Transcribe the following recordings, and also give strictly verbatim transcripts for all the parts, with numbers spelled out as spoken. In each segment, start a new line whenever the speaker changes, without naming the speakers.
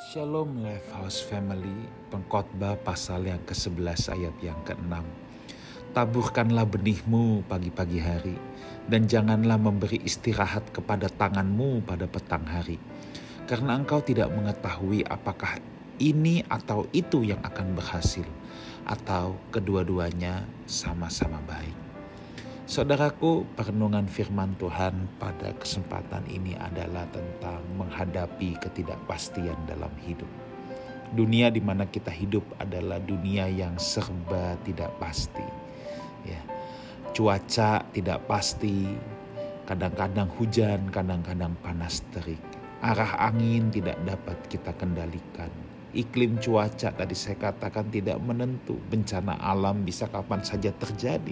Shalom Lifehouse Family, Pengkhotbah pasal yang kesebelas ayat yang keenam. Taburkanlah benihmu pagi-pagi hari, dan janganlah memberi istirahat kepada tanganmu pada petang hari. Karena engkau tidak mengetahui apakah ini atau itu yang akan berhasil, atau kedua-duanya sama-sama baik. Saudaraku, perenungan firman Tuhan pada kesempatan ini adalah tentang menghadapi ketidakpastian dalam hidup. Dunia di mana kita hidup adalah dunia yang serba tidak pasti. Ya, cuaca tidak pasti, kadang-kadang hujan, kadang-kadang panas terik. Arah angin tidak dapat kita kendalikan. Iklim cuaca tadi saya katakan tidak menentu, bencana alam bisa kapan saja terjadi.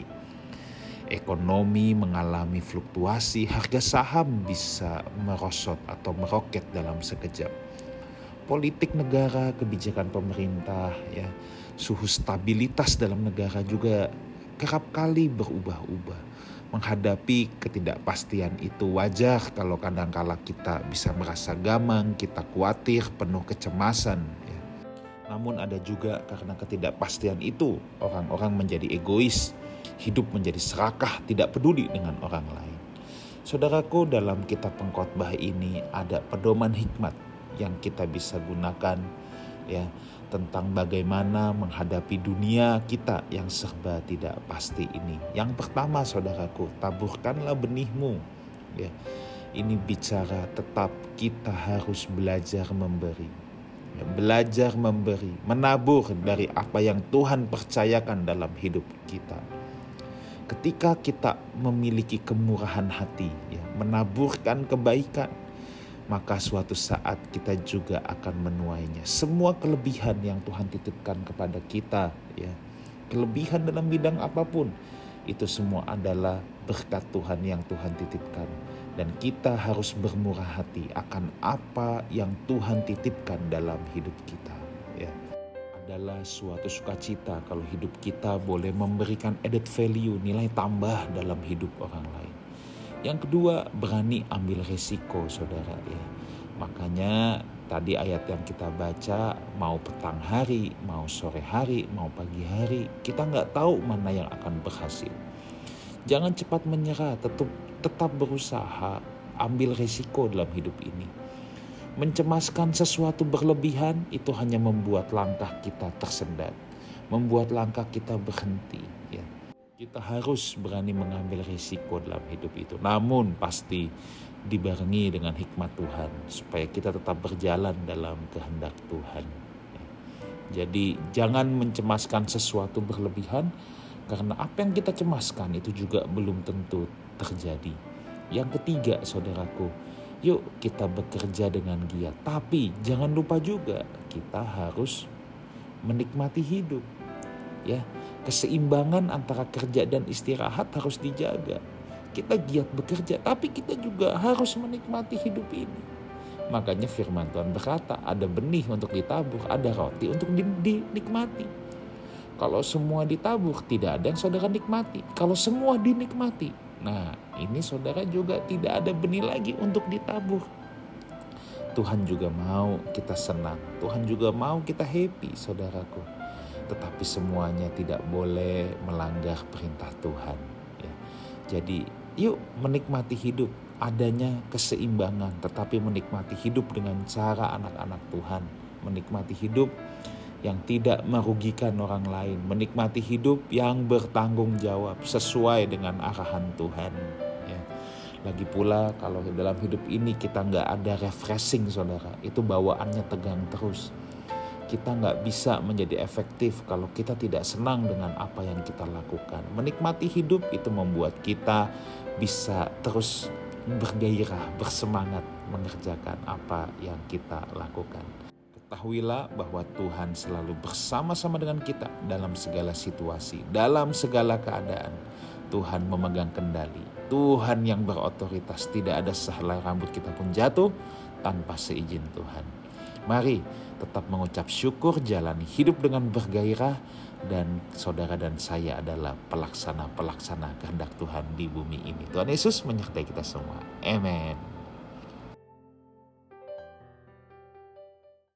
Ekonomi mengalami fluktuasi, harga saham bisa merosot atau meroket dalam sekejap. Politik negara, kebijakan pemerintah, ya, suhu stabilitas dalam negara juga kerap kali berubah-ubah. Menghadapi ketidakpastian itu wajar kalau kadang-kala kita bisa merasa gamang, kita khawatir, penuh kecemasan. Ya. Namun ada juga karena ketidakpastian itu orang-orang menjadi egois. Hidup menjadi serakah, tidak peduli dengan orang lain. Saudaraku, dalam kitab Pengkhotbah ini ada pedoman hikmat yang kita bisa gunakan, ya, tentang bagaimana menghadapi dunia kita yang serba tidak pasti ini. Yang pertama, saudaraku, taburkanlah benihmu. Ya, ini bicara tetap kita harus belajar memberi. Ya, belajar memberi, menabur dari apa yang Tuhan percayakan dalam hidup kita. Ketika kita memiliki kemurahan hati, ya, menaburkan kebaikan, maka suatu saat kita juga akan menuainya. Semua kelebihan yang Tuhan titipkan kepada kita, ya, kelebihan dalam bidang apapun, itu semua adalah berkat Tuhan yang Tuhan titipkan. Dan kita harus bermurah hati akan apa yang Tuhan titipkan dalam hidup kita. Ya. Adalah suatu sukacita kalau hidup kita boleh memberikan added value, nilai tambah dalam hidup orang lain. Yang kedua, berani ambil resiko, saudara. Ya. Makanya tadi ayat yang kita baca, mau petang hari, mau sore hari, mau pagi hari, kita nggak tahu mana yang akan berhasil. Jangan cepat menyerah, tetap, tetap berusaha, ambil resiko dalam hidup ini. Mencemaskan sesuatu berlebihan itu hanya membuat langkah kita tersendat, membuat langkah kita berhenti. Ya. Kita harus berani mengambil risiko dalam hidup itu. Namun pasti dibarengi dengan hikmat Tuhan supaya kita tetap berjalan dalam kehendak Tuhan. Ya. Jadi jangan mencemaskan sesuatu berlebihan karena apa yang kita cemaskan itu juga belum tentu terjadi. Yang ketiga, saudaraku, yuk kita bekerja dengan giat. Tapi jangan lupa juga kita harus menikmati hidup. Ya, keseimbangan antara kerja dan istirahat harus dijaga. Kita giat bekerja, tapi kita juga harus menikmati hidup ini. Makanya firman Tuhan berkata, ada benih untuk ditabur, ada roti untuk dinikmati. Kalau semua ditabur, tidak ada yang saudara nikmati. Kalau semua dinikmati, nah, ini saudara juga tidak ada benih lagi untuk ditabur. Tuhan juga mau kita senang. Tuhan juga mau kita happy, saudaraku. Tetapi semuanya tidak boleh melanggar perintah Tuhan. Ya. Jadi yuk menikmati hidup. Adanya keseimbangan, tetapi menikmati hidup dengan cara anak-anak Tuhan. Menikmati hidup yang tidak merugikan orang lain, menikmati hidup yang bertanggung jawab sesuai dengan arahan Tuhan. Ya. Lagi pula kalau dalam hidup ini kita nggak ada refreshing, saudara, itu bawaannya tegang terus. Kita nggak bisa menjadi efektif kalau kita tidak senang dengan apa yang kita lakukan. Menikmati hidup itu membuat kita bisa terus bergairah, bersemangat mengerjakan apa yang kita lakukan. Ketahuilah bahwa Tuhan selalu bersama-sama dengan kita dalam segala situasi, dalam segala keadaan. Tuhan memegang kendali. Tuhan yang berotoritas, tidak ada sehelai rambut kita pun jatuh tanpa seizin Tuhan. Mari tetap mengucap syukur, jalani hidup dengan bergairah, dan saudara dan saya adalah pelaksana-pelaksana kehendak Tuhan di bumi ini. Tuhan Yesus menyertai kita semua. Amen.